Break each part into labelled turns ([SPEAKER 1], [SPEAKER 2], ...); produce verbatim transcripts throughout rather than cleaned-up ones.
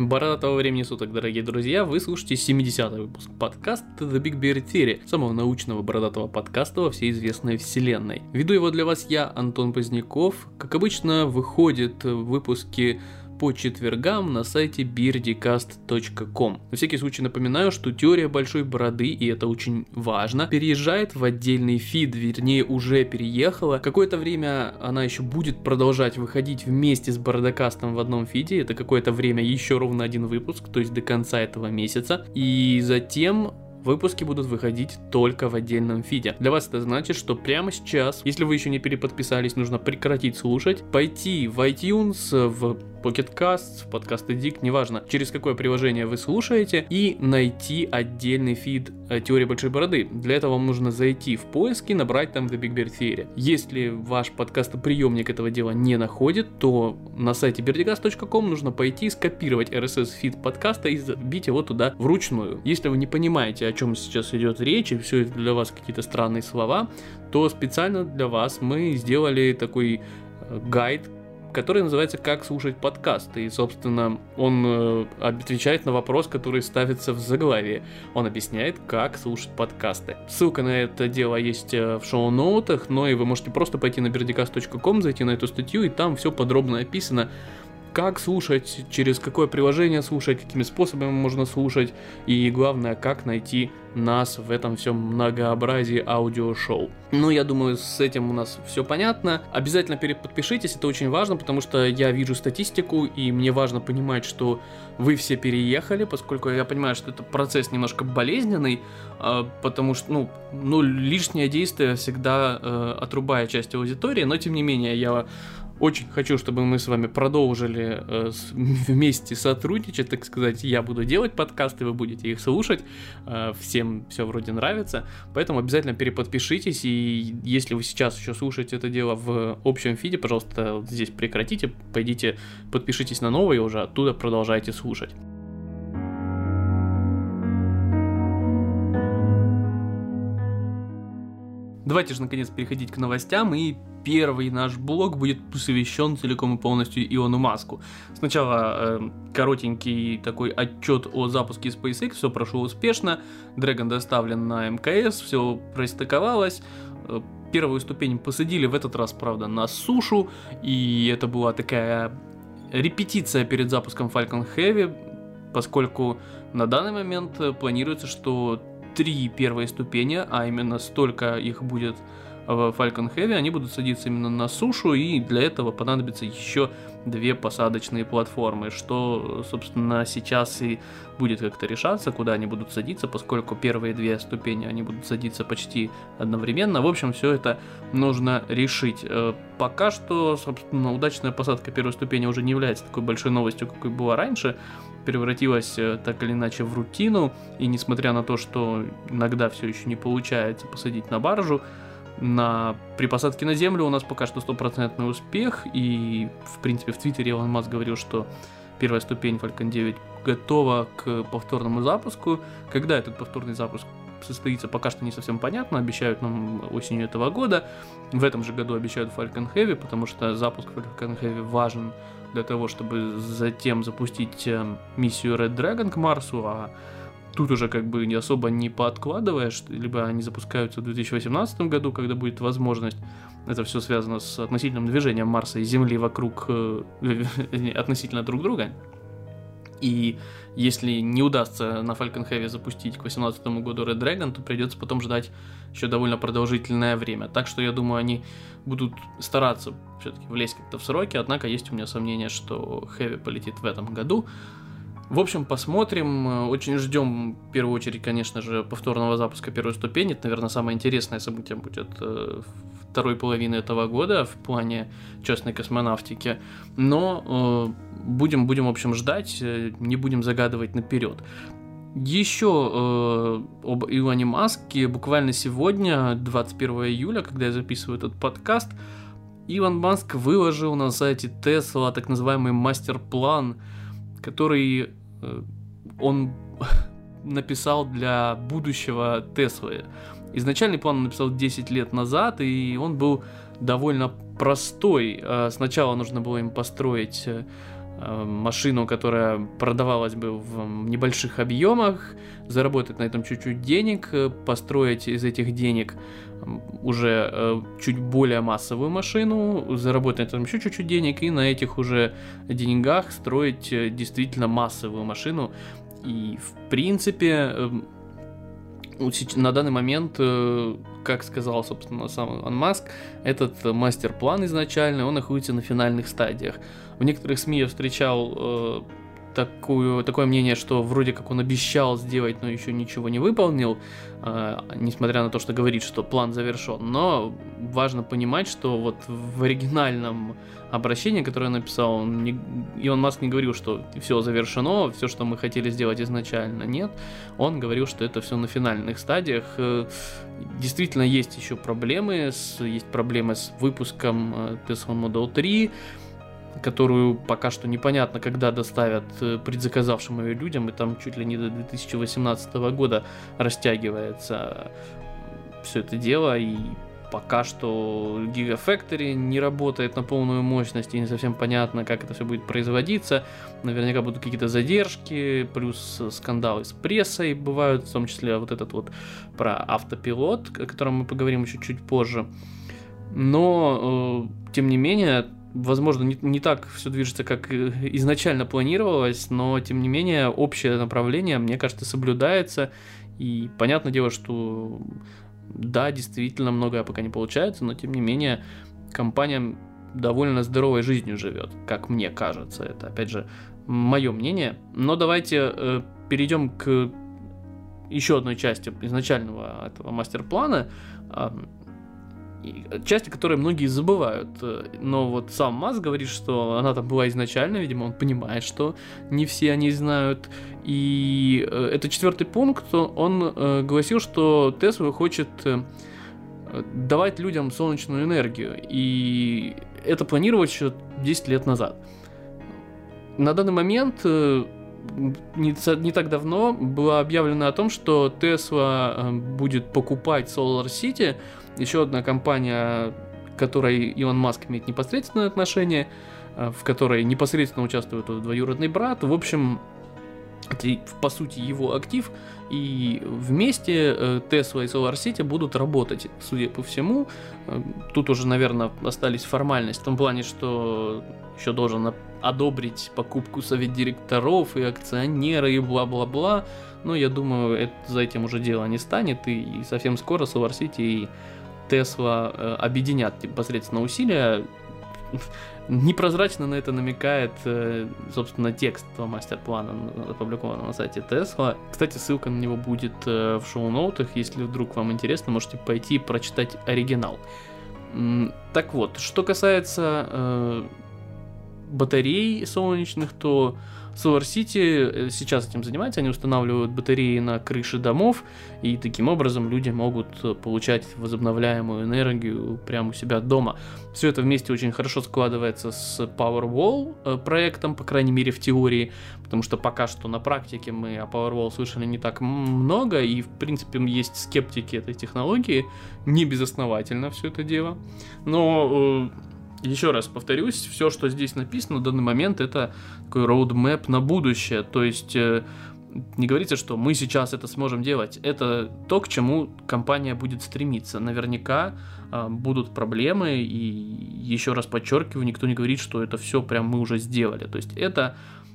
[SPEAKER 1] Бородатого времени суток, дорогие друзья, вы слушаете семидесятый выпуск подкаста The Big Bear Theory, самого научного бородатого подкаста во всей известной вселенной. Веду его для вас я, Антон Поздняков. Как обычно, выходят выпуски по четвергам на сайте бирдикаст точка ком. На всякий случай напоминаю, что теория большой бороды, и это очень важно, переезжает в отдельный фид, вернее уже переехала. Какое-то время она еще будет продолжать выходить вместе с Бородокастом в одном фиде, это какое-то время еще ровно один выпуск, то есть до конца этого месяца, и затем выпуски будут выходить только в отдельном фиде. Для вас это значит, что прямо сейчас, если вы еще не переподписались, нужно прекратить слушать, пойти в iTunes, в Pocket Casts, в Podcast Addict, неважно, через какое приложение вы слушаете, и найти отдельный фид теории большой бороды. Для этого вам нужно зайти в поиск и набрать там The Big Bear Theory. Если ваш подкастоприемник этого дела не находит, то на сайте бирдикаст точка ком нужно пойти скопировать эр эс эс-фид подкаста и забить его туда вручную. Если вы не понимаете, о чем сейчас идет речь, и все это для вас какие-то странные слова, то специально для вас мы сделали такой гайд, который называется «Как слушать подкасты», и, собственно, он э, отвечает на вопрос, который ставится в заглавии. Он объясняет, как слушать подкасты. Ссылка на это дело есть в шоу-ноутах, но и вы можете просто пойти на бирдикаст точка ком, зайти на эту статью, и там все подробно описано, как слушать, через какое приложение слушать, какими способами можно слушать, и главное, как найти нас в этом всем многообразии аудиошоу. Ну, я думаю, с этим у нас все понятно. Обязательно переподпишитесь, это очень важно, потому что я вижу статистику, и мне важно понимать, что вы все переехали, поскольку я понимаю, что это процесс немножко болезненный, потому что, ну, ну лишнее действие всегда э, отрубает часть аудитории, но, тем не менее, я очень хочу, чтобы мы с вами продолжили э, с, вместе сотрудничать, так сказать. Я буду делать подкасты, вы будете их слушать. Э, всем все вроде нравится. Поэтому обязательно переподпишитесь. И если вы сейчас еще слушаете это дело в общем фиде, пожалуйста, вот здесь прекратите. Пойдите, подпишитесь на новый и уже оттуда продолжайте слушать. Давайте же наконец переходить к новостям, и первый наш блог будет посвящен целиком и полностью Илону Маску. Сначала э, коротенький такой отчет о запуске SpaceX, все прошло успешно, Dragon доставлен на эм ка эс, все пристыковалось, э, первую ступень посадили, в этот раз, правда, на сушу, и это была такая репетиция перед запуском Falcon Heavy, поскольку на данный момент планируется, что три первые ступени, а именно столько их будет в Falcon Heavy, они будут садиться именно на сушу, и для этого понадобится еще две посадочные платформы, что, собственно, сейчас и будет как-то решаться, куда они будут садиться, поскольку первые две ступени, они будут садиться почти одновременно. В общем, все это нужно решить. Пока что, собственно, удачная посадка первой ступени уже не является такой большой новостью, какой была раньше, превратилась так или иначе в рутину, и несмотря на то, что иногда все еще не получается посадить на баржу, на, при посадке на Землю у нас пока что стопроцентный успех, и, в принципе, в Твиттере Илон Маск говорил, что первая ступень Falcon девять готова к повторному запуску. Когда этот повторный запуск состоится, пока что не совсем понятно, обещают нам осенью этого года. В этом же году обещают Falcon Heavy, потому что запуск Falcon Heavy важен для того, чтобы затем запустить миссию Red Dragon к Марсу, а тут уже как бы не особо не пооткладываешь, либо они запускаются в две тысячи восемнадцатом году, когда будет возможность. Это все связано с относительным движением Марса и Земли вокруг, э, относительно друг друга. И если не удастся на Falcon Heavy запустить к две тысячи восемнадцатому году Red Dragon, то придется потом ждать еще довольно продолжительное время. Так что я думаю, они будут стараться все-таки влезть как-то в сроки, однако есть у меня сомнение, что Heavy полетит в этом году. В общем, посмотрим. Очень ждем, в первую очередь, конечно же, повторного запуска первой ступени. Это, наверное, самое интересное событие будет э, второй половины этого года в плане частной космонавтики. Но э, будем, будем, в общем, ждать, э, не будем загадывать наперед. Еще э, об Илоне Маске. Буквально сегодня, двадцать первого июля, когда я записываю этот подкаст, Илон Маск выложил на сайте Tesla так называемый мастер-план, который э, он написал для будущего Теслы. Изначальный план он написал десять лет назад, и он был довольно простой. Сначала нужно было им построить машину, которая продавалась бы в небольших объемах, заработать на этом чуть-чуть денег, построить из этих денег уже чуть более массовую машину, заработать на этом еще чуть-чуть денег и на этих уже деньгах строить действительно массовую машину. И в принципе на данный момент, как сказал, собственно, сам Илон Маск, этот мастер-план изначально, он находится на финальных стадиях. В некоторых СМИ я встречал э, такую, такое мнение, что вроде как он обещал сделать, но еще ничего не выполнил, э, несмотря на то, что говорит, что план завершен. Но важно понимать, что вот в оригинальном обращении, которое он написал, он не, Илон Маск не говорил, что все завершено, все, что мы хотели сделать изначально, нет. Он говорил, что это все на финальных стадиях. Действительно, есть еще проблемы, с, есть проблемы с выпуском Tesla Model три, которую пока что непонятно, когда доставят предзаказавшим ее людям, и там чуть ли не до две тысячи восемнадцатого года растягивается все это дело, и пока что Gigafactory не работает на полную мощность, и не совсем понятно, как это все будет производиться. Наверняка будут какие-то задержки, плюс скандалы с прессой бывают, в том числе вот этот вот про автопилот, о котором мы поговорим еще чуть позже. Но, э, тем не менее, возможно, не, не так все движется, как изначально планировалось, но, тем не менее, общее направление, мне кажется, соблюдается. И понятное дело, что да, действительно, многое пока не получается, но, тем не менее, компания довольно здоровой жизнью живет, как мне кажется. Это, опять же, мое мнение. Но давайте э, перейдем к еще одной части изначального этого мастер-плана, э, части, которые многие забывают. Но вот сам Маск говорит, что она там была изначально, видимо, он понимает, что не все они знают. И э, это четвертый пункт, он э, гласил, что Tesla хочет э, давать людям солнечную энергию. И это планировалось еще десять лет назад. На данный момент, э, не, не так давно, было объявлено о том, что Tesla э, будет покупать SolarCity, еще одна компания, к которой Илон Маск имеет непосредственное отношение, в которой непосредственно участвует двоюродный брат. В общем, это, по сути, его актив. И вместе Tesla и SolarCity будут работать, судя по всему. Тут уже, наверное, остались формальности в том плане, что еще должен одобрить покупку совет директоров и акционеры и бла-бла-бла. Но я думаю, это, за этим уже дело не станет. И совсем скоро SolarCity и Tesla э, объединят непосредственно усилия. Непрозрачно на это намекает, э, собственно, текст этого мастер-плана, опубликованного на сайте Tesla. Кстати, ссылка на него будет э, в шоу-ноутах. Если вдруг вам интересно, можете пойти и прочитать оригинал. М- так вот, что касается э, батарей солнечных, то SolarCity сейчас этим занимается, они устанавливают батареи на крыши домов, и таким образом люди могут получать возобновляемую энергию прямо у себя дома. Все это вместе очень хорошо складывается с Powerwall проектом, по крайней мере в теории, потому что пока что на практике мы о Powerwall слышали не так много, и в принципе есть скептики этой технологии, не безосновательно все это дело, но... Еще раз повторюсь, все, что здесь написано на данный момент, это такой роудмэп на будущее. То есть э, не говорится, что мы сейчас это сможем делать. Это то, к чему компания будет стремиться. Наверняка э, будут проблемы, и еще раз подчеркиваю, никто не говорит, что это все прям мы уже сделали. То есть это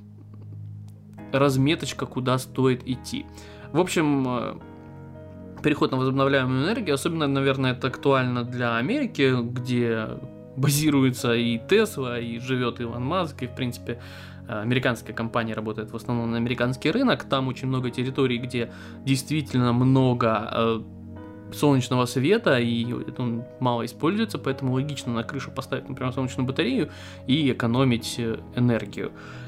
[SPEAKER 1] разметочка, куда стоит идти. В общем... Э, переход на возобновляемую энергию, особенно, наверное, это актуально для Америки, где базируется и Tesla, и живет Илон Маск, и, в принципе, американская компания работает в основном на американский рынок. Там очень много территорий, где действительно много э, солнечного света, и он мало используется, поэтому логично на крышу поставить, например, солнечную батарею и экономить энергию.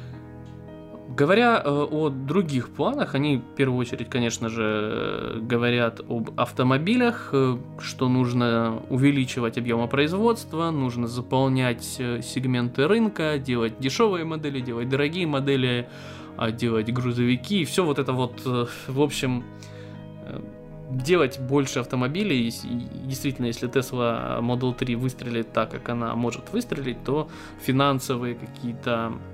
[SPEAKER 1] Говоря э, о других планах, они в первую очередь, конечно же, говорят об автомобилях, э, что нужно увеличивать объемы производства, нужно заполнять э, сегменты рынка, делать дешевые модели, делать дорогие модели, э, делать грузовики, все вот это вот, э, в общем, э, делать больше автомобилей. И действительно, если Tesla Model три выстрелит так, как она может выстрелить, то финансовые какие-то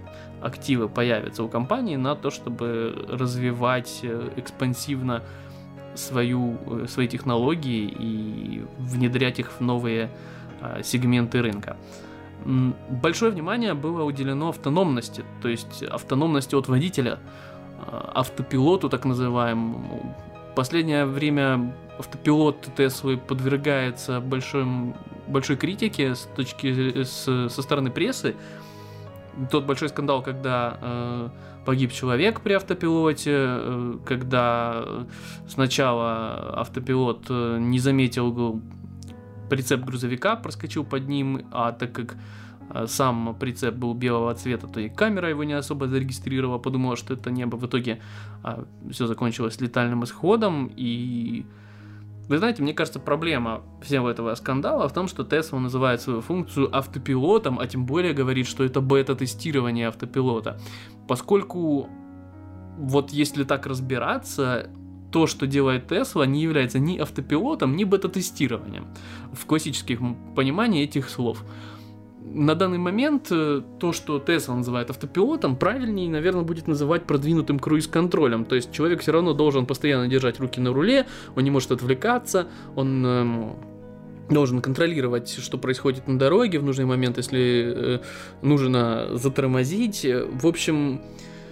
[SPEAKER 1] активы появятся у компании на то, чтобы развивать экспансивно свою, свои технологии и внедрять их в новые сегменты рынка. Большое внимание было уделено автономности, то есть автономности от водителя, автопилоту так называемому. В последнее время автопилот Теслы подвергается большой, большой критике с точки, с, со стороны прессы. Тот большой скандал, когда э, погиб человек при автопилоте, э, когда сначала автопилот э, не заметил прицеп грузовика, проскочил под ним, а так как э, сам прицеп был белого цвета, то и камера его не особо зарегистрировала, подумала, что это небо. В итоге э, все закончилось летальным исходом, и... Вы знаете, мне кажется, проблема всего этого скандала в том, что Tesla называет свою функцию автопилотом, а тем более говорит, что это бета-тестирование автопилота. Поскольку, вот если так разбираться, то, что делает Tesla, не является ни автопилотом, ни бета-тестированием в классическом понимании этих слов. На данный момент то, что Tesla называет автопилотом, правильнее, наверное, будет называть продвинутым круиз-контролем. То есть человек все равно должен постоянно держать руки на руле, он не может отвлекаться, он эм, должен контролировать, что происходит на дороге в нужный момент, если э, нужно затормозить. В общем,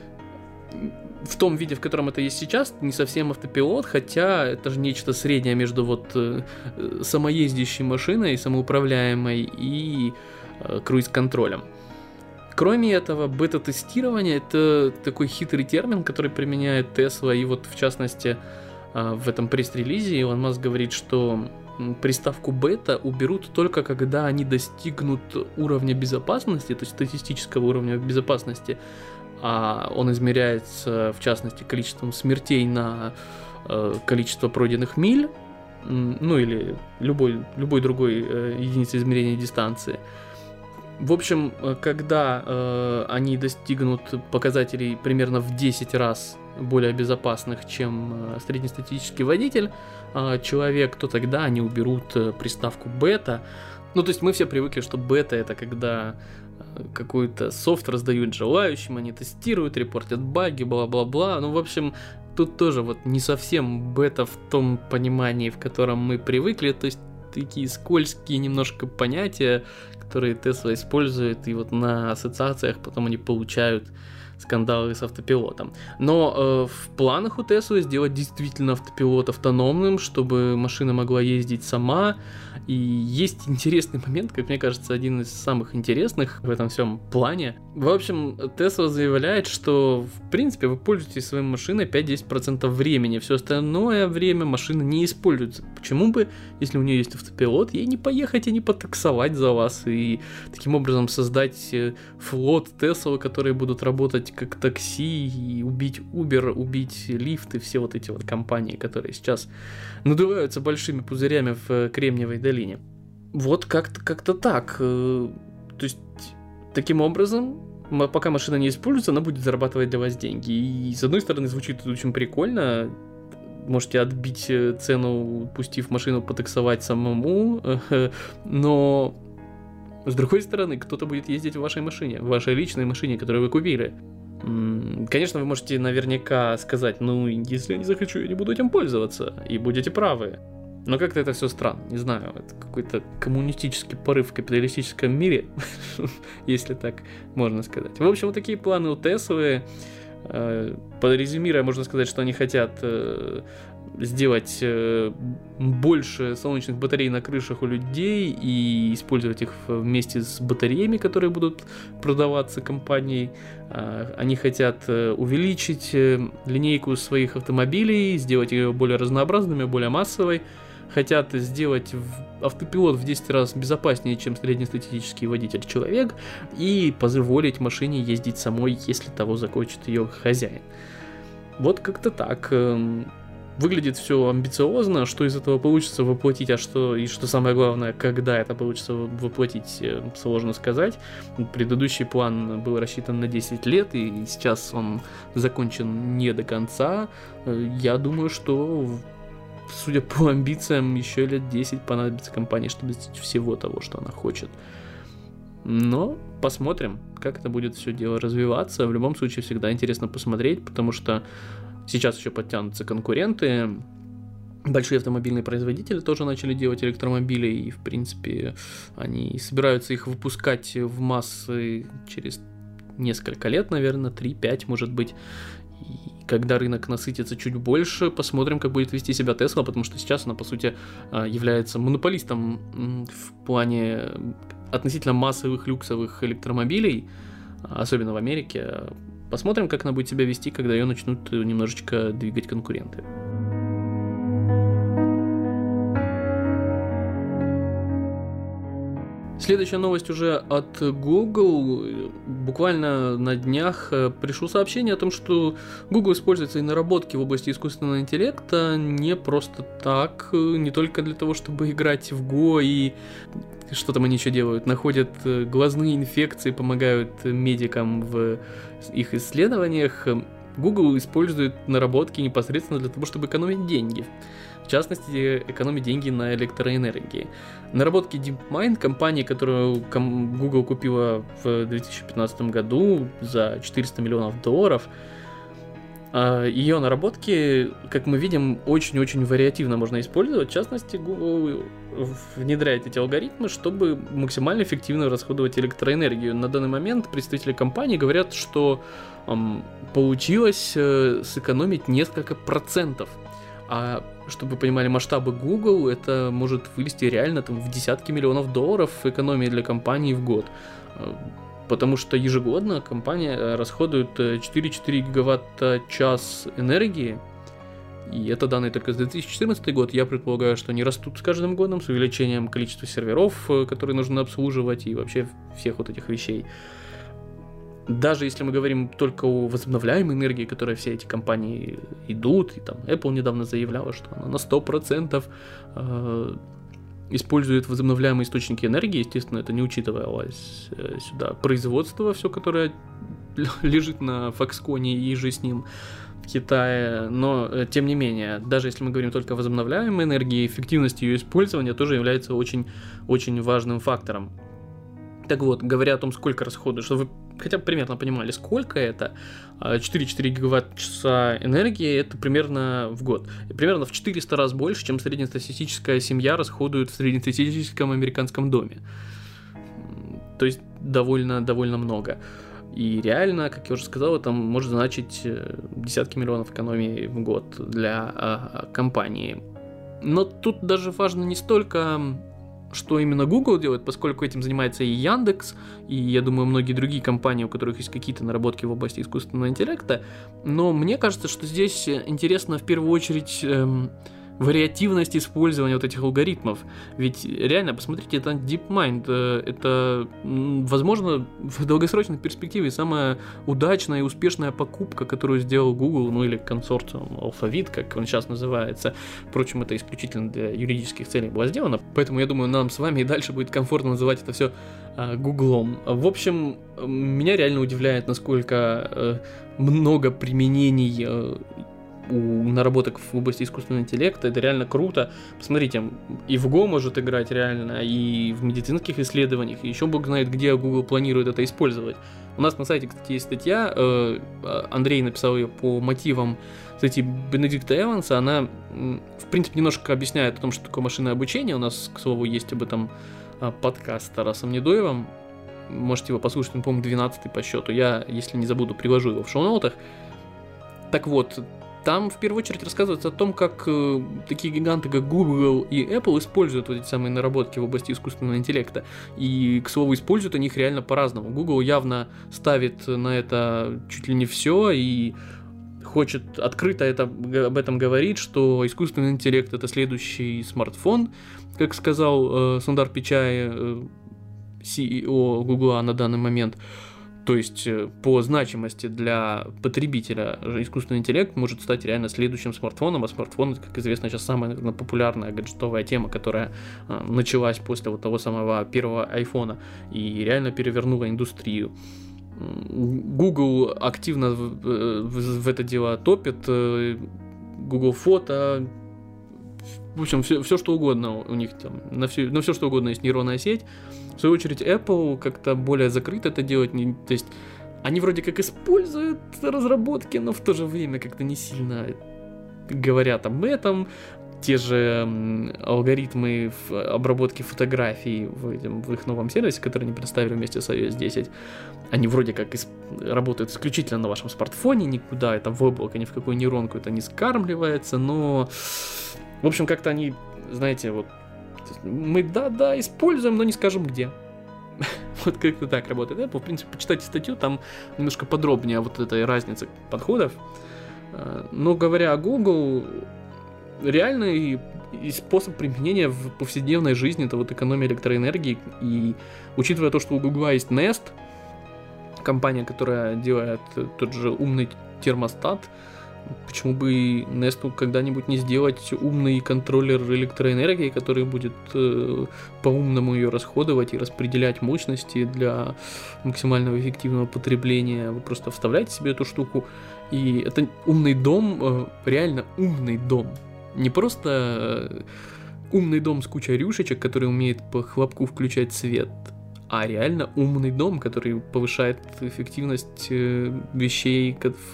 [SPEAKER 1] в том виде, в котором это есть сейчас, не совсем автопилот, хотя это же нечто среднее между вот э, самоездящей машиной, самоуправляемой и круиз-контролем. Кроме этого, бета-тестирование — это такой хитрый термин, который применяет Tesla, и вот в частности в этом пресс-релизе Илон Маск говорит, что приставку бета уберут только когда они достигнут уровня безопасности, то есть статистического уровня безопасности, а он измеряется в частности количеством смертей на количество пройденных миль, ну или любой, любой другой единицы измерения дистанции. В общем, когда э, они достигнут показателей примерно в десять раз более безопасных, чем э, среднестатистический водитель, э, человек, то тогда они уберут э, приставку бета. Ну, то есть мы все привыкли, что бета — это когда э, какой-то софт раздают желающим, они тестируют, репортят баги, бла-бла-бла. Ну, в общем, тут тоже вот не совсем бета в том понимании, в котором мы привыкли, то есть такие скользкие немножко понятия, которые Tesla использует, и вот на ассоциациях потом они получают скандалы с автопилотом. Но э, в планах у Tesla сделать действительно автопилот автономным, чтобы машина могла ездить сама. И есть интересный момент, как мне кажется, один из самых интересных в этом всем плане. В общем, Tesla заявляет, что в принципе вы пользуетесь своей машиной пять-десять процентов времени, все остальное время машина не используется. Почему бы, если у нее есть автопилот, ей не поехать и не потаксовать за вас, и таким образом создать флот Tesla, которые будут работать как такси, и убить Uber, убить Lyft и все вот эти вот компании, которые сейчас надуваются большими пузырями в Кремниевой долине. Вот как-то, как-то так. То есть, таким образом, пока машина не используется, она будет зарабатывать для вас деньги. И с одной стороны звучит очень прикольно. Можете отбить цену, пустив машину потаксовать самому, но с другой стороны, кто-то будет ездить в вашей машине, в вашей личной машине, которую вы купили. Конечно, вы можете наверняка сказать, ну, если я не захочу, я не буду этим пользоваться, и будете правы. Но как-то это все странно, не знаю, это какой-то коммунистический порыв в капиталистическом мире, если так можно сказать. В общем, вот такие планы у Теслы. Подрезюмируя, можно сказать, что они хотят сделать больше солнечных батарей на крышах у людей и использовать их вместе с батареями, которые будут продаваться компанией. Они хотят увеличить линейку своих автомобилей, сделать ее более разнообразными, более массовой. Хотят сделать автопилот в десять раз безопаснее, чем среднестатистический водитель-человек, и позволить машине ездить самой, если того захочет ее хозяин. Вот как-то так. Выглядит все амбициозно, что из этого получится воплотить, а что, и что самое главное, когда это получится воплотить, сложно сказать. Предыдущий план был рассчитан на десять лет, и сейчас он закончен не до конца. Я думаю, что, судя по амбициям, еще лет десять понадобится компании, чтобы достичь всего того, что она хочет. Но посмотрим, как это будет все дело развиваться. В любом случае, всегда интересно посмотреть, потому что сейчас еще подтянутся конкуренты. Большие автомобильные производители тоже начали делать электромобили, и, в принципе, они собираются их выпускать в массы через несколько лет, наверное, три-пять, может быть. И когда рынок насытится чуть больше, посмотрим, как будет вести себя Tesla, потому что сейчас она, по сути, является монополистом в плане относительно массовых люксовых электромобилей, особенно в Америке. Посмотрим, как она будет себя вести, когда ее начнут немножечко двигать конкуренты. Следующая новость уже от Google. Буквально на днях пришло сообщение о том, что Google использует свои наработки в области искусственного интеллекта не просто так, не только для того, чтобы играть в Go и что там они еще делают, находят глазные инфекции, помогают медикам в их исследованиях. Google использует наработки непосредственно для того, чтобы экономить деньги. В частности, экономить деньги на электроэнергии. Наработки DeepMind, компании, которую Google купила в две тысячи пятнадцатом году за четыреста миллионов долларов, ее наработки, как мы видим, очень-очень вариативно можно использовать. В частности, Google внедряет эти алгоритмы, чтобы максимально эффективно расходовать электроэнергию. На данный момент представители компании говорят, что эм, получилось э, сэкономить несколько процентов. А чтобы вы понимали масштабы Google, это может вылезти реально там, в десятки миллионов долларов экономии для компании в год. Потому что ежегодно компания расходует четыре целых четыре десятых гигаватта-час энергии. И это данные только за две тысячи четырнадцатый год. Я предполагаю, что они растут с каждым годом, с увеличением количества серверов, которые нужно обслуживать, и вообще всех вот этих вещей. Даже если мы говорим только о возобновляемой энергии, которой все эти компании идут, и там Apple недавно заявляла, что она на сто процентов э, использует возобновляемые источники энергии, естественно, это не учитывалось э, сюда производство, все, которое лежит на Foxconn и же с ним в Китае, но э, тем не менее, даже если мы говорим только о возобновляемой энергии, эффективность ее использования тоже является очень-очень важным фактором. Так вот, говоря о том, сколько расходуешь, чтобы вы хотя бы примерно понимали, сколько это, четыре целых четыре десятых гигаватт-часа энергии, это примерно в год. И примерно в четыреста раз больше, чем среднестатистическая семья расходует в среднестатистическом американском доме. То есть довольно, довольно много. И реально, как я уже сказал, это может значить десятки миллионов экономий в год для а, компании. Но тут даже важно не столько, что именно Google делает, поскольку этим занимается и Яндекс, и, я думаю, многие другие компании, у которых есть какие-то наработки в области искусственного интеллекта. Но мне кажется, что здесь интересно в первую очередь эм, вариативность использования вот этих алгоритмов. Ведь реально, посмотрите, это DeepMind, это, возможно, в долгосрочной перспективе самая удачная и успешная покупка, которую сделал Google, ну или консорциум Alphabet, как он сейчас называется. Впрочем, это исключительно для юридических целей было сделано, поэтому я думаю, нам с вами и дальше будет комфортно называть это все Гуглом. В общем, меня реально удивляет, насколько много применений у наработок в области искусственного интеллекта. Это реально круто. Посмотрите, и в Go может играть реально, и в медицинских исследованиях, и еще бог знает, где Google планирует это использовать. У нас на сайте, кстати, есть статья, Андрей написал ее по мотивам статьи Бенедикта Эванса. Она, в принципе, немножко объясняет о том, что такое машинное обучение. У нас, к слову, есть об этом подкаст с Тарасом Недоевым. Можете его послушать, он, по-моему, двенадцатый по счету. Я, если не забуду, приложу его в шоу-ноутах. Так вот, там в первую очередь рассказывается о том, как э, такие гиганты, как Google и Apple, используют вот эти самые наработки в области искусственного интеллекта. И, к слову, используют они их реально по-разному. Google явно ставит на это чуть ли не все и хочет открыто это, об этом говорить, что искусственный интеллект — это следующий смартфон, как сказал э, Сундар Пичай, э, си и о Google на данный момент. То есть по значимости для потребителя искусственный интеллект может стать реально следующим смартфоном, а смартфон, как известно, сейчас самая, наверное, популярная гаджетовая тема, которая э, началась после вот того самого первого айфона и реально перевернула индустрию. Google активно в, в, в это дело топит, Google Фото, в общем, все, все что угодно у них там, на все, на все что угодно есть нейронная сеть. В свою очередь, Apple как-то более закрыто это делать, не, то есть они вроде как используют разработки, но в то же время как-то не сильно говорят об этом. Те же алгоритмы обработки фотографий в, этом, в их новом сервисе, который они представили вместе с ай о эс десять, они вроде как из, работают исключительно на вашем смартфоне, никуда это в облако, ни в какую нейронку это не скармливается, но, в общем, как-то они, знаете, вот, мы да-да используем, но не скажем где. Вот как-то так работает Apple. В принципе, почитайте статью, там немножко подробнее о вот этой разнице подходов. Но говоря о Google, реальный и способ применения в повседневной жизни — это вот экономия электроэнергии. И учитывая то, что у Google есть Nest, компания, которая делает тот же умный термостат, почему бы Nest когда-нибудь не сделать умный контроллер электроэнергии, который будет э, по-умному ее расходовать и распределять мощности для максимального эффективного потребления. Вы просто вставляете себе эту штуку, и это умный дом, э, реально умный дом. Не просто умный дом с кучей рюшечек, который умеет по хлопку включать свет, а реально умный дом, который повышает эффективность вещей,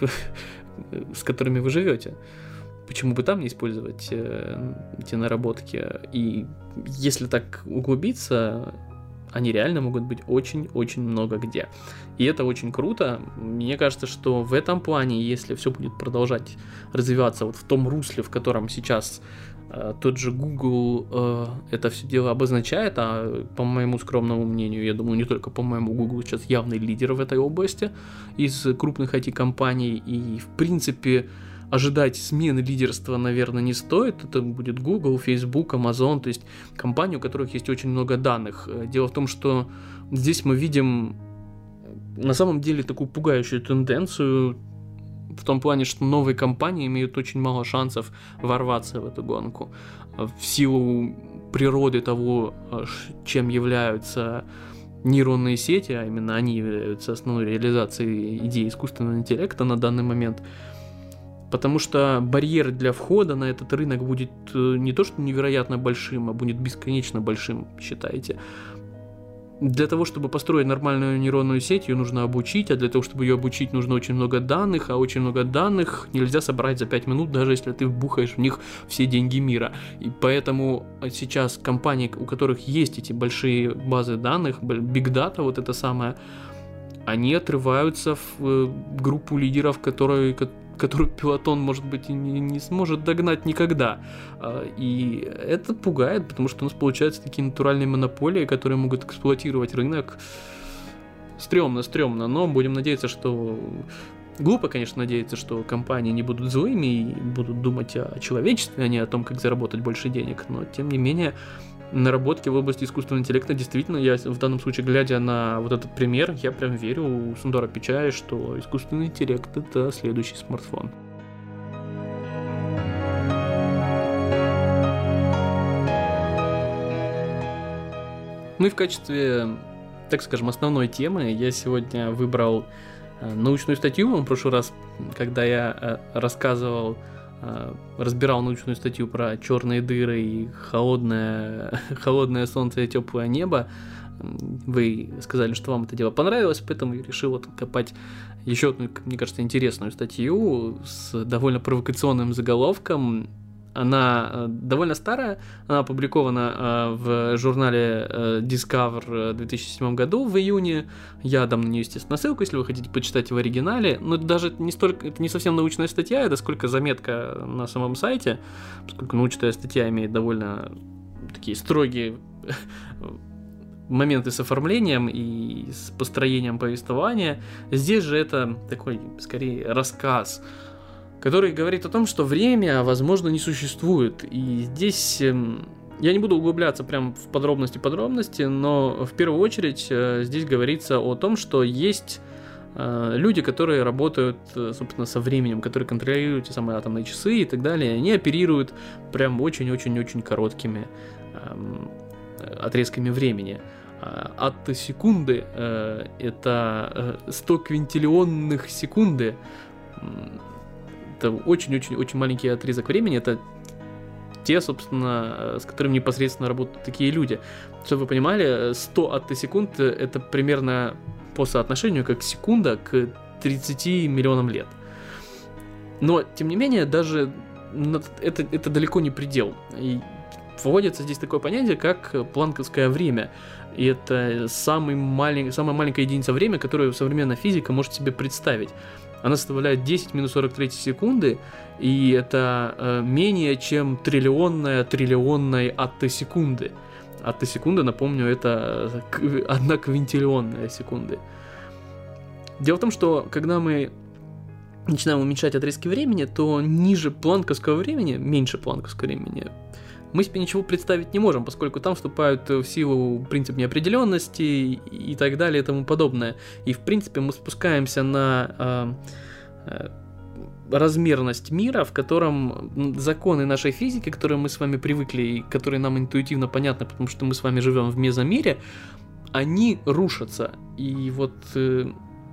[SPEAKER 1] с которыми вы живете. Почему бы там не использовать эти наработки? И если так углубиться, они реально могут быть очень-очень много где. И это очень круто. Мне кажется, что в этом плане, если все будет продолжать развиваться вот в том русле, в котором сейчас э, тот же Google э, это все дело обозначает, а по моему скромному мнению, я думаю, не только по моему, Google сейчас явный лидер в этой области из крупных ай ти-компаний, и в принципе ожидать смены лидерства, наверное, не стоит. Это будет Google, Facebook, Amazon, то есть компании, у которых есть очень много данных. Дело в том, что здесь мы видим на самом деле такую пугающую тенденцию в том плане, что новые компании имеют очень мало шансов ворваться в эту гонку. В силу природы того, чем являются нейронные сети, а именно они являются основной реализацией идеи искусственного интеллекта на данный момент. Потому что барьер для входа на этот рынок будет не то что невероятно большим, а будет бесконечно большим, считайте. Для того, чтобы построить нормальную нейронную сеть, ее нужно обучить, а для того, чтобы ее обучить, нужно очень много данных, а очень много данных нельзя собрать за пять минут, даже если ты вбухаешь в них все деньги мира. И поэтому сейчас компании, у которых есть эти большие базы данных, Big Data, вот это самое, они отрываются в группу лидеров, которые... которую пилотон, может быть, и не, не сможет догнать никогда. И это пугает, потому что у нас получаются такие натуральные монополии, которые могут эксплуатировать рынок. Стремно, стремно, но будем надеяться, что... Глупо, конечно, надеяться, что компании не будут злыми и будут думать о человечестве, а не о том, как заработать больше денег. Но, тем не менее, наработки в области искусственного интеллекта, действительно, я в данном случае, глядя на вот этот пример, я прям верю Сундара Пичая, что искусственный интеллект — это следующий смартфон. Ну и в качестве, так скажем, основной темы я сегодня выбрал научную статью. В прошлый раз, когда я рассказывал, разбирал научную статью про черные дыры и холодное, холодное солнце и теплое небо, вы сказали, что вам это дело понравилось, поэтому я решил вот копать еще одну, мне кажется, интересную статью с довольно провокационным заголовком. Она довольно старая, она опубликована в журнале Discover в две тысячи седьмом году в июне. Я дам на нее, естественно, ссылку, если вы хотите почитать в оригинале. Но это даже не столько, это не совсем научная статья, это сколько заметка на самом сайте, поскольку научная статья имеет довольно такие строгие моменты с оформлением и с построением повествования. Здесь же это такой, скорее, рассказ, который говорит о том, что время, возможно, не существует. И здесь э, я не буду углубляться прям в подробности-подробности, но в первую очередь э, здесь говорится о том, что есть э, люди, которые работают, э, собственно, со временем, которые контролируют те самые атомные часы и так далее. Они оперируют прям очень-очень-очень короткими э, отрезками времени. От секунды э, это сто квинтиллионных секунды. Это очень-очень-очень маленький отрезок времени, это те, собственно, с которыми непосредственно работают такие люди. Чтобы вы понимали, сто аттосекунд — это примерно по соотношению как секунда к тридцати миллионам лет. Но, тем не менее, даже это, это далеко не предел. И вводится здесь такое понятие, как планковское время. И это самый малень... самая маленькая единица времени, которую современная физика может себе представить. Она составляет десять в минус сорок три секунды, и это э, менее чем триллионная триллионной аттосекунды. Аттосекунда, напомню, это одна квинтиллионная секунды. Дело в том, что когда мы начинаем уменьшать отрезки времени, то ниже планковского времени, меньше планковского времени, мы себе ничего представить не можем, поскольку там вступают в силу принцип неопределенности и так далее и тому подобное. И в принципе мы спускаемся на э, э, размерность мира, в котором законы нашей физики, к которым мы с вами привыкли и которые нам интуитивно понятны, потому что мы с вами живем в мезомире, они рушатся. И вот э,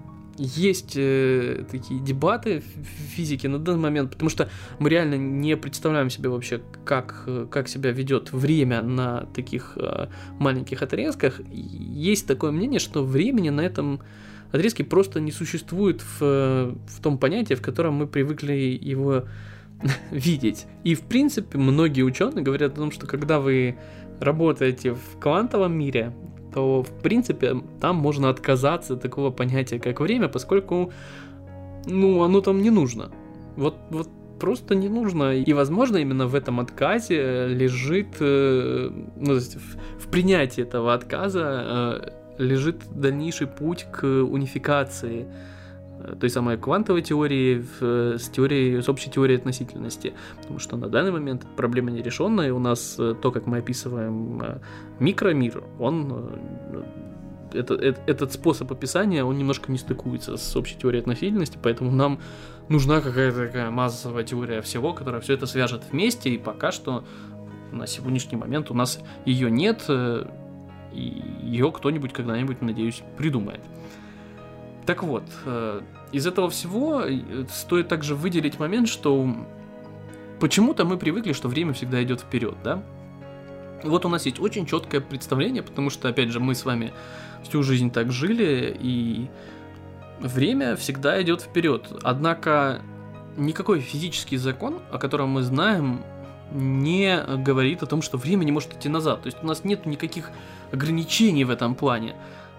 [SPEAKER 1] есть э, такие дебаты в физике на данный момент, потому что мы реально не представляем себе вообще, как, как себя ведет время на таких э, маленьких отрезках. Есть такое мнение, что времени на этом отрезке просто не существует в, в том понятии, в котором мы привыкли его видеть. И в принципе многие ученые говорят о том, что когда вы работаете в квантовом мире, то, в принципе, там можно отказаться от такого понятия, как время, поскольку, ну, оно там не нужно. Вот, вот просто не нужно. И, возможно, именно в этом отказе лежит, э, ну, то есть в, в принятии этого отказа э, лежит дальнейший путь к унификации той самой квантовой теории в, с, теорией, с общей теорией относительности. Потому что на данный момент проблема нерешенная, и у нас то, как мы описываем микромир, он, это, это, этот способ описания, он немножко не стыкуется с общей теорией относительности, поэтому нам нужна какая-то такая массовая теория всего, которая все это свяжет вместе, и пока что на сегодняшний момент у нас ее нет, и ее кто-нибудь когда-нибудь, надеюсь, придумает. Так вот, из этого всего стоит также выделить момент, что почему-то мы привыкли, что время всегда идет вперед, да? И вот у нас есть очень четкое представление, потому что, опять же, мы с вами всю жизнь так жили, и время всегда идет вперед. Однако никакой физический закон, о котором мы знаем, не говорит о том, что время не может идти назад. То есть у нас нет никаких ограничений в этом плане.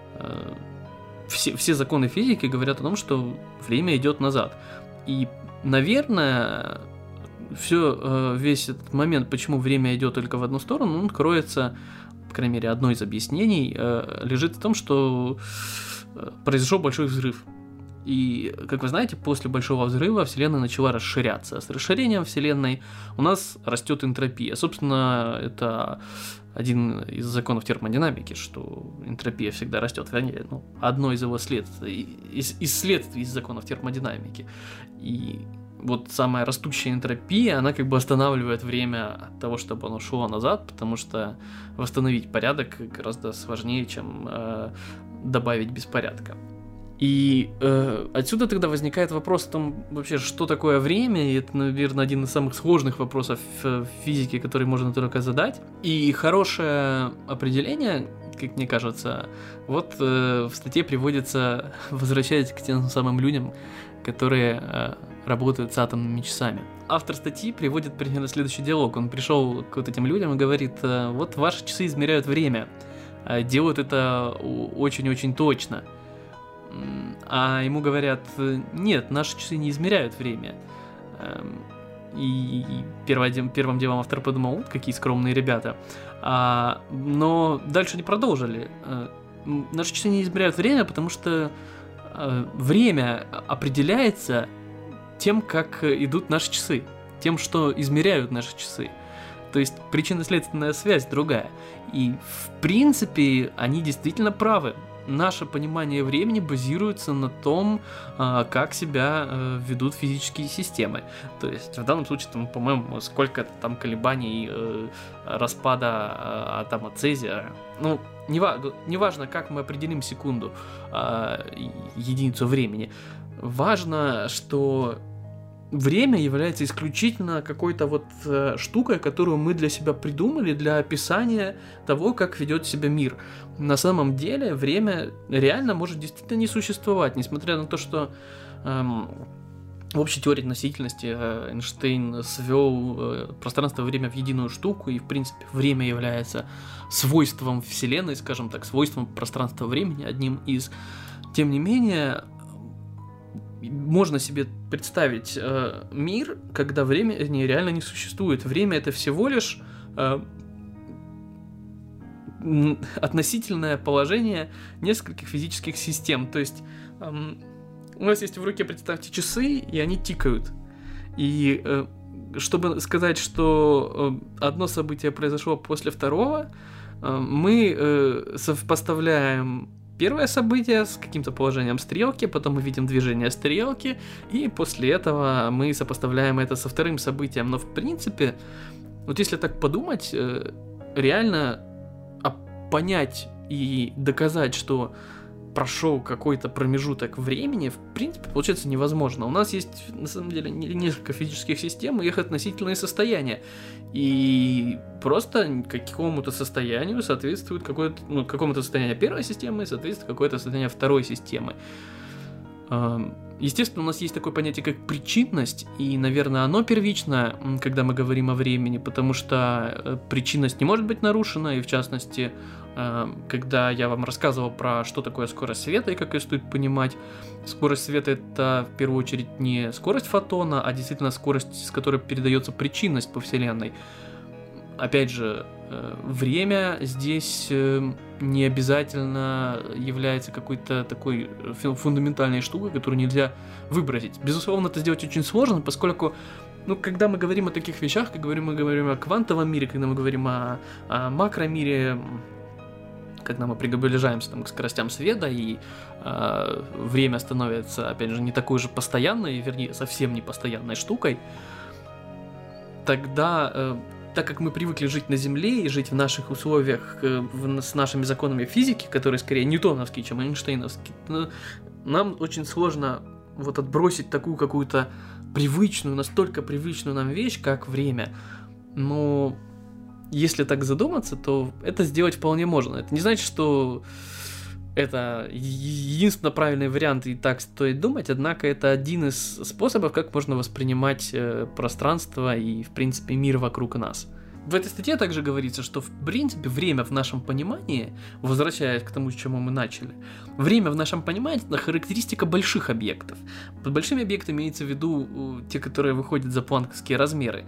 [SPEAKER 1] Все, все законы физики говорят о том, что время идет назад. И, наверное, все, весь этот момент, почему время идет только в одну сторону, он кроется, по крайней мере, одно из объяснений, лежит в том, что произошел большой взрыв. И, как вы знаете, после большого взрыва Вселенная начала расширяться. С расширением Вселенной у нас растет энтропия. Собственно, это один из законов термодинамики, что энтропия всегда растет. Вернее, ну, одно из его следствий, из, из следствий из законов термодинамики. И вот самая растущая энтропия, она как бы останавливает время от того, чтобы оно шло назад, потому что восстановить порядок гораздо сложнее, чем э, добавить беспорядка. И э, отсюда тогда возникает вопрос о том, вообще, что такое время, и это, наверное, один из самых сложных вопросов в физике, который можно только задать. И хорошее определение, как мне кажется, вот э, в статье приводится, возвращаясь к тем самым людям, которые э, работают с атомными часами. Автор статьи приводит примерно следующий диалог. Он пришел к вот этим людям и говорит: вот ваши часы измеряют время, делают это очень-очень точно. А ему говорят: нет, наши часы не измеряют время. И первым, первым делом автор подумал: вот какие скромные ребята. А, но дальше не продолжили. Наши часы не измеряют время, потому что время определяется тем, как идут наши часы, тем, что измеряют наши часы. То есть причинно-следственная связь другая. И в принципе они действительно правы. Наше понимание времени базируется на том, как себя ведут физические системы. То есть в данном случае, там, по-моему, сколько там колебаний распада атома цезия. Ну, неважно, как мы определим секунду, единицу времени. Важно, что время является исключительно какой-то вот э, штукой, которую мы для себя придумали для описания того, как ведет себя мир. На самом деле время реально может действительно не существовать, несмотря на то, что эм, в общей теории относительности э, Эйнштейн свел э, пространство-время в единую штуку, и в принципе время является свойством Вселенной, скажем так, свойством пространства-времени, одним из. Тем не менее, можно себе представить э, мир, когда время не, реально не существует. Время — это всего лишь э, относительное положение нескольких физических систем. То есть э, у нас есть в руке, представьте, часы, и они тикают. И э, чтобы сказать, что э, одно событие произошло после второго, э, мы э, совпоставляем первое событие с каким-то положением стрелки, потом мы видим движение стрелки, и после этого мы сопоставляем это со вторым событием. Но в принципе, вот если так подумать, реально понять и доказать, что прошел какой-то промежуток времени, в принципе, получается невозможно. У нас есть, на самом деле, несколько физических систем и их относительные состояния. И просто какому-то состоянию соответствует какое-то, ну, какому-то состоянию первой системы соответствует какое-то состояние второй системы. Естественно, у нас есть такое понятие, как причинность, и, наверное, оно первично, когда мы говорим о времени, потому что причинность не может быть нарушена, и, в частности, когда я вам рассказывал про что такое скорость света и как ее стоит понимать, скорость света — это, в первую очередь, не скорость фотона, а действительно скорость, с которой передается причинность по Вселенной. Опять же, время здесь не обязательно является какой-то такой фундаментальной штукой, которую нельзя выбросить. Безусловно, это сделать очень сложно, поскольку, ну, когда мы говорим о таких вещах, как говорим, мы говорим о квантовом мире, когда мы говорим о, о макромире, когда мы приближаемся там, к скоростям света, и э, время становится, опять же, не такой же постоянной, вернее, совсем не постоянной штукой, тогда... Э, так как мы привыкли жить на Земле и жить в наших условиях э, в, с нашими законами физики, которые скорее ньютоновские, чем эйнштейновские, ну, нам очень сложно вот отбросить такую какую-то привычную, настолько привычную нам вещь, как время. Но если так задуматься, то это сделать вполне можно. Это не значит, что это единственно правильный вариант и так стоит думать, однако это один из способов, как можно воспринимать э, пространство и, в принципе, мир вокруг нас. В этой статье также говорится, что, в принципе, время в нашем понимании, возвращаясь к тому, с чему мы начали, время в нашем понимании — это характеристика больших объектов. Под большими объектами имеется в виду те, которые выходят за планковские размеры.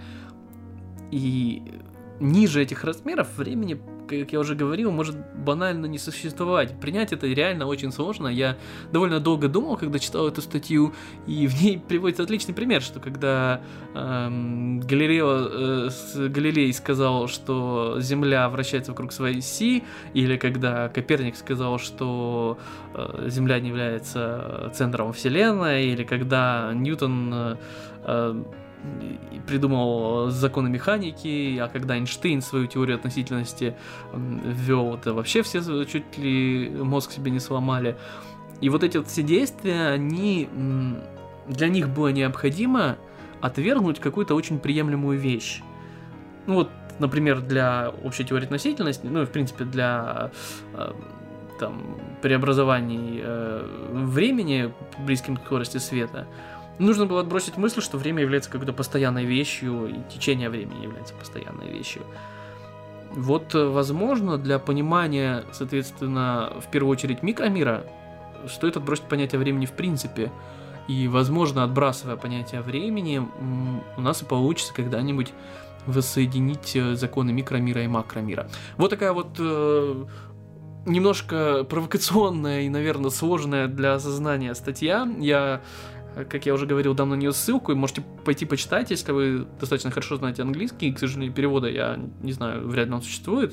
[SPEAKER 1] И ниже этих размеров времени, как я уже говорил, может банально не существовать. Принять это реально очень сложно. Я довольно долго думал, когда читал эту статью, и в ней приводится отличный пример, что когда эм, Галилео, э, Галилей сказал, что Земля вращается вокруг своей оси, или когда Коперник сказал, что э, Земля не является центром Вселенной, или когда Ньютон э, э, придумал законы механики, а когда Эйнштейн свою теорию относительности ввел, это вообще все чуть ли мозг себе не сломали. И вот эти вот все действия, они, для них было необходимо отвергнуть какую-то очень приемлемую вещь. Ну вот, например, для общей теории относительности, ну и в принципе для там, преобразований времени близким к скорости света, нужно было отбросить мысль, что время является какой-то постоянной вещью, и течение времени является постоянной вещью. Вот, возможно, для понимания, соответственно, в первую очередь микромира, стоит отбросить понятие времени в принципе. И, возможно, отбрасывая понятие времени, у нас и получится когда-нибудь воссоединить законы микромира и макромира. Вот такая вот э, немножко провокационная и, наверное, сложная для осознания статья. Я... Как я уже говорил, дам на нее ссылку, и можете пойти почитать, если вы достаточно хорошо знаете английский. К сожалению, перевода, я не знаю, вряд ли он существует.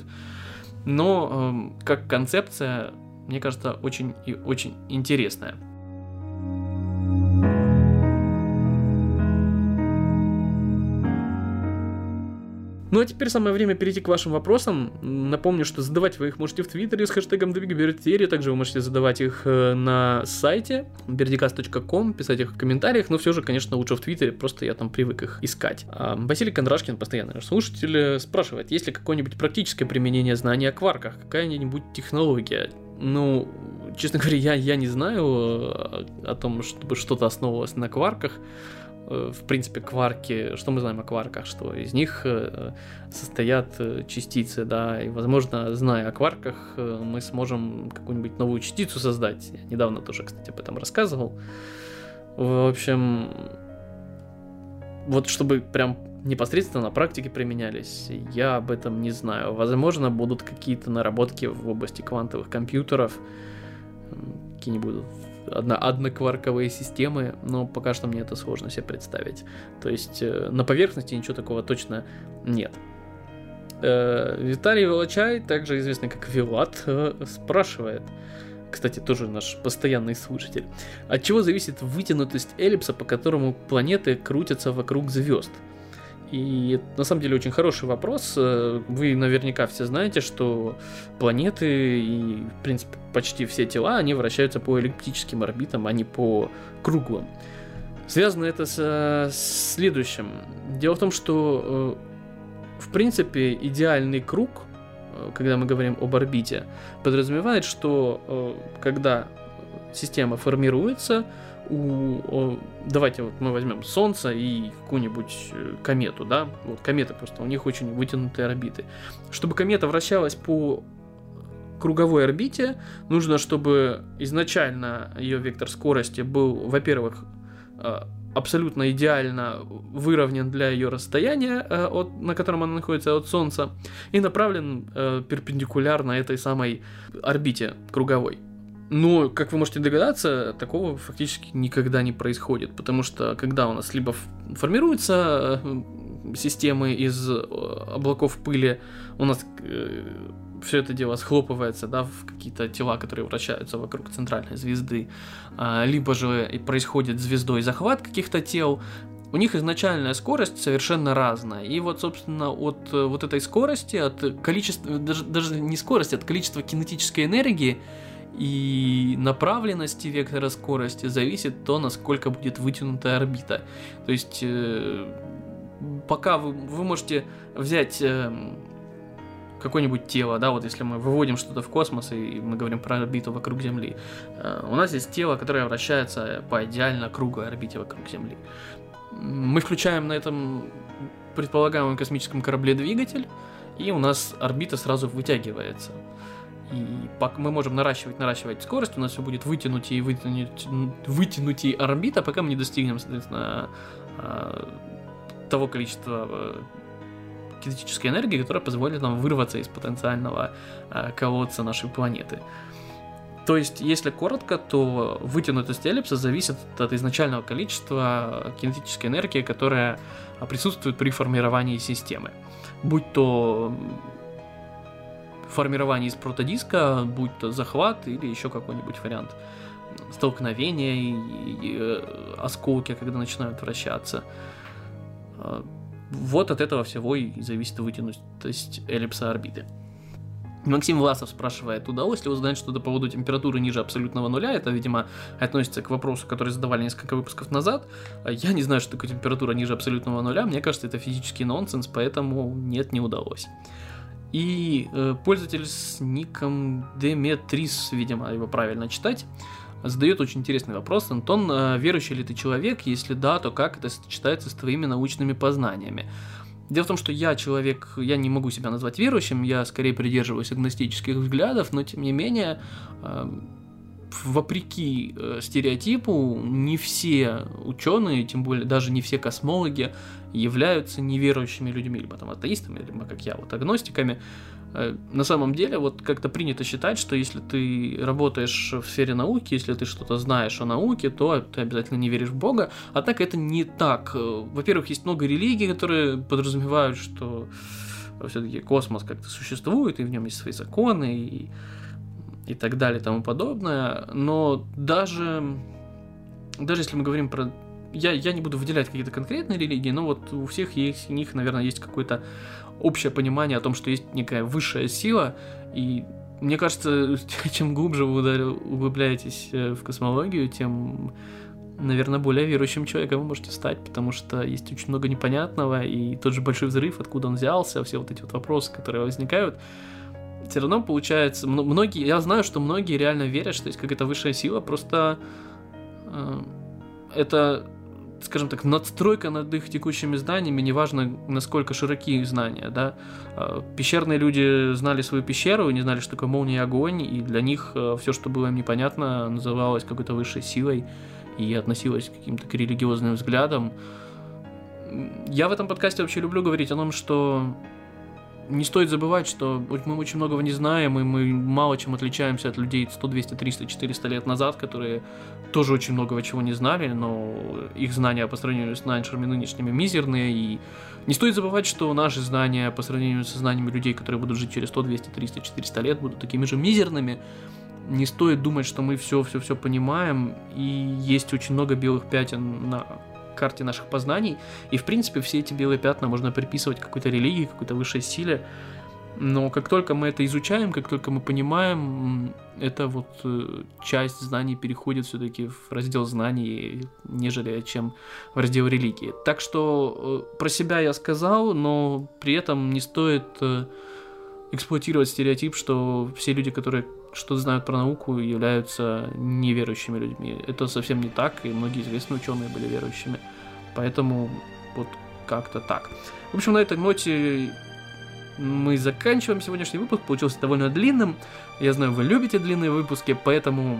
[SPEAKER 1] Но э, как концепция, мне кажется, очень и очень интересная. Ну а теперь самое время перейти к вашим вопросам. Напомню, что задавать вы их можете в Твиттере с хэштегом Двигабердерия, также вы можете задавать их на сайте бердикаст точка ком, писать их в комментариях, но все же, конечно, лучше в Твиттере, просто я там привык их искать. А Василий Кондрашкин, постоянный наш слушатель, спрашивает, есть ли какое-нибудь практическое применение знаний о кварках, какая-нибудь технология? Ну, честно говоря, я, я не знаю о том, чтобы что-то основывалось на кварках. В принципе, кварки, что мы знаем о кварках, что из них состоят частицы, да, и, возможно, зная о кварках, мы сможем какую-нибудь новую частицу создать. Я недавно тоже, кстати, об этом рассказывал. В общем, вот чтобы прям непосредственно на практике применялись, я об этом не знаю. Возможно, будут какие-то наработки в области квантовых компьютеров, какие-нибудь Одно, однокварковые системы, но пока что мне это сложно себе представить. То есть э, на поверхности ничего такого точно нет. Э, Виталий Волочай, также известный как Вилат, э, спрашивает, кстати, тоже наш постоянный слушатель, от чего зависит вытянутость эллипса, по которому планеты крутятся вокруг звезд? И на самом деле очень хороший вопрос. Вы наверняка все знаете, что планеты и, в принципе, почти все тела, они вращаются по эллиптическим орбитам, а не по круглым. Связано это с следующим. Дело в том, что, в принципе, идеальный круг, когда мы говорим об орбите, подразумевает, что когда система формируется, у, давайте вот мы возьмем Солнце и какую-нибудь комету, да, вот кометы просто, у них очень вытянутые орбиты. Чтобы комета вращалась по круговой орбите, нужно, чтобы изначально ее вектор скорости был, во-первых, абсолютно идеально выровнен для ее расстояния, от, на котором она находится от Солнца, и направлен перпендикулярно этой самой орбите круговой. Но, как вы можете догадаться, такого фактически никогда не происходит, потому что когда у нас либо формируются системы из облаков пыли, у нас все это дело схлопывается, да, в какие-то тела, которые вращаются вокруг центральной звезды, либо же происходит звездой захват каких-то тел, у них изначальная скорость совершенно разная. И вот, собственно, от вот этой скорости, от количества, даже, даже не скорости, от количества кинетической энергии и направленности вектора скорости зависит то, насколько будет вытянутая орбита. То есть, э, пока вы, вы можете взять э, какое-нибудь тело, да, вот если мы выводим что-то в космос, и мы говорим про орбиту вокруг Земли, э, у нас есть тело, которое вращается по идеально круглой орбите вокруг Земли. Мы включаем на этом предполагаемом космическом корабле двигатель, и у нас орбита сразу вытягивается. И мы можем наращивать, наращивать скорость, у нас все будет вытянуть и вытянуть, вытянуть и орбита, пока мы не достигнем, соответственно, того количества кинетической энергии, которая позволит нам вырваться из потенциального колодца нашей планеты. То есть, если коротко, то вытянутость эллипса зависит от изначального количества кинетической энергии, которая присутствует при формировании системы. Будь то формирование из протодиска, будь то захват или еще какой-нибудь вариант столкновения и, и осколки, когда начинают вращаться. Вот от этого всего и зависит вытянутость эллипса орбиты. Максим Власов спрашивает, удалось ли узнать что-то по поводу температуры ниже абсолютного нуля? Это, видимо, относится к вопросу, который задавали несколько выпусков назад. Я не знаю, что такое температура ниже абсолютного нуля. Мне кажется, это физический нонсенс, поэтому нет, не удалось. И э, пользователь с ником Деметрис, видимо, его правильно читать, задает очень интересный вопрос. Антон, э, верующий ли ты человек? Если да, то как это сочетается с твоими научными познаниями? Дело в том, что я человек, я не могу себя назвать верующим, я скорее придерживаюсь агностических взглядов, но тем не менее, э, вопреки э, стереотипу, не все ученые, тем более даже не все космологи, являются неверующими людьми, либо там атеистами, либо, как я, вот агностиками. Э, на самом деле, вот как-то принято считать, что если ты работаешь в сфере науки, если ты что-то знаешь о науке, то ты обязательно не веришь в Бога, а так это не так. Во-первых, есть много религий, которые подразумевают, что все-таки космос как-то существует, и в нем есть свои законы, и и так далее и тому подобное, но даже, даже если мы говорим про я, я не буду выделять какие-то конкретные религии, но вот у всех есть, у них, наверное, есть какое-то общее понимание о том, что есть некая высшая сила, и мне кажется, чем глубже вы углубляетесь в космологию, тем, наверное, более верующим человеком вы можете стать, потому что есть очень много непонятного, и тот же Большой взрыв, откуда он взялся, все вот эти вот вопросы, которые возникают, все равно получается, многие, я знаю, что многие реально верят, что есть какая-то высшая сила, просто э, это, скажем так, надстройка над их текущими знаниями, неважно, насколько широки их знания, да. Пещерные люди знали свою пещеру, не знали, что такое молния и огонь, и для них все, что было им непонятно, называлось какой-то высшей силой и относилось к каким-то к религиозным взглядам. Я в этом подкасте вообще люблю говорить о том, что не стоит забывать, что мы очень многого не знаем, и мы мало чем отличаемся от людей сто, двести, триста, четыреста лет назад, которые тоже очень многого чего не знали, но их знания по сравнению с нашими нынешними мизерные, и не стоит забывать, что наши знания по сравнению со знаниями людей, которые будут жить через сто, двести, триста, четыреста лет, будут такими же мизерными. Не стоит думать, что мы все-все-все понимаем, и есть очень много белых пятен на карте наших познаний, и в принципе все эти белые пятна можно приписывать какой-то религии, какой-то высшей силе, но как только мы это изучаем, как только мы понимаем, эта вот часть знаний переходит все-таки в раздел знаний, нежели чем в раздел религии. Так что про себя я сказал, но при этом не стоит эксплуатировать стереотип, что все люди, которые что знают про науку, являются неверующими людьми. Это совсем не так, и многие известные ученые были верующими. Поэтому вот как-то так. В общем, на этой ноте мы заканчиваем сегодняшний выпуск. Получился довольно длинным. Я знаю, вы любите длинные выпуски, поэтому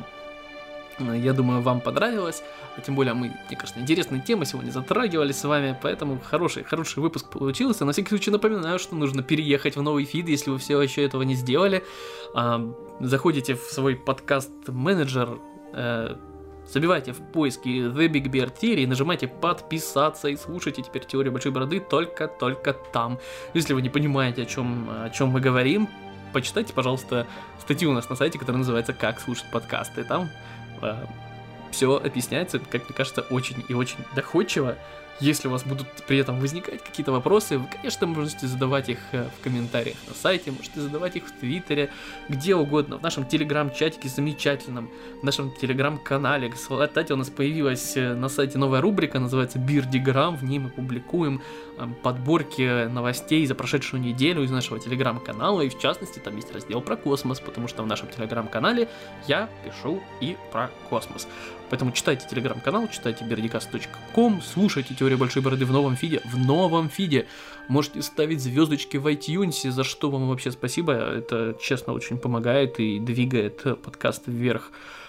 [SPEAKER 1] я думаю, вам понравилось. А тем более мы, мне кажется, интересные темы сегодня затрагивали с вами, поэтому хороший, хороший выпуск получился. На всякий случай напоминаю, что нужно переехать в новый фид, если вы все еще этого не сделали. Заходите в свой подкаст-менеджер, забивайте в поиске The Big Bear Theory, нажимайте подписаться и слушайте теперь теорию большой бороды только-только там. Если вы не понимаете, о чем, о чем мы говорим, почитайте, пожалуйста, статью у нас на сайте, которая называется «Как слушать подкасты». Там э, все объясняется, как мне кажется, очень и очень доходчиво. Если у вас будут при этом возникать какие-то вопросы, вы, конечно, можете задавать их в комментариях на сайте, можете задавать их в Твиттере, где угодно, в нашем телеграм-чатике замечательном, в нашем телеграм-канале. Кстати, у нас появилась на сайте новая рубрика, называется «Бирдиграм», в ней мы публикуем подборки новостей за прошедшую неделю из нашего телеграм-канала, и в частности там есть раздел про космос, потому что в нашем телеграм-канале я пишу и про космос. Поэтому читайте телеграм-канал, читайте бердикаст точка ком, слушайте теорию большой бороды в новом фиде, в новом фиде. Можете ставить звездочки в iTunes, за что вам вообще спасибо. Это, честно, очень помогает и двигает подкаст вверх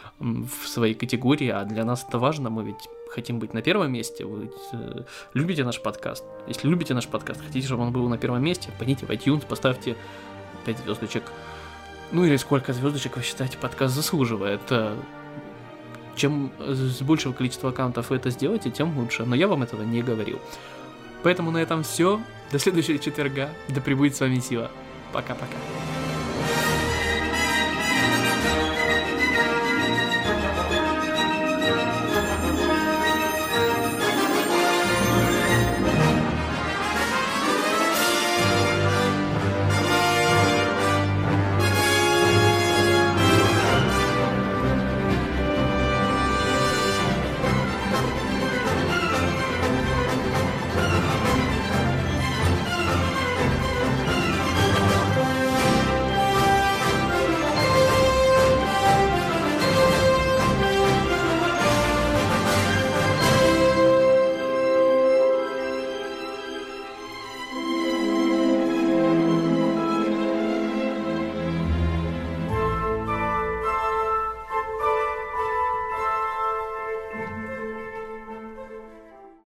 [SPEAKER 1] в своей категории, а для нас это важно, мы ведь хотим быть на первом месте. Вы ведь, э, любите наш подкаст. Если любите наш подкаст, хотите, чтобы он был на первом месте, пойдите в iTunes, поставьте пять звездочек. Ну или сколько звездочек вы считаете подкаст заслуживает. Чем с большего количества аккаунтов вы это сделаете, тем лучше. Но я вам этого не говорил. Поэтому на этом все. До следующего четверга. Да пребудет с вами сила. Пока-пока.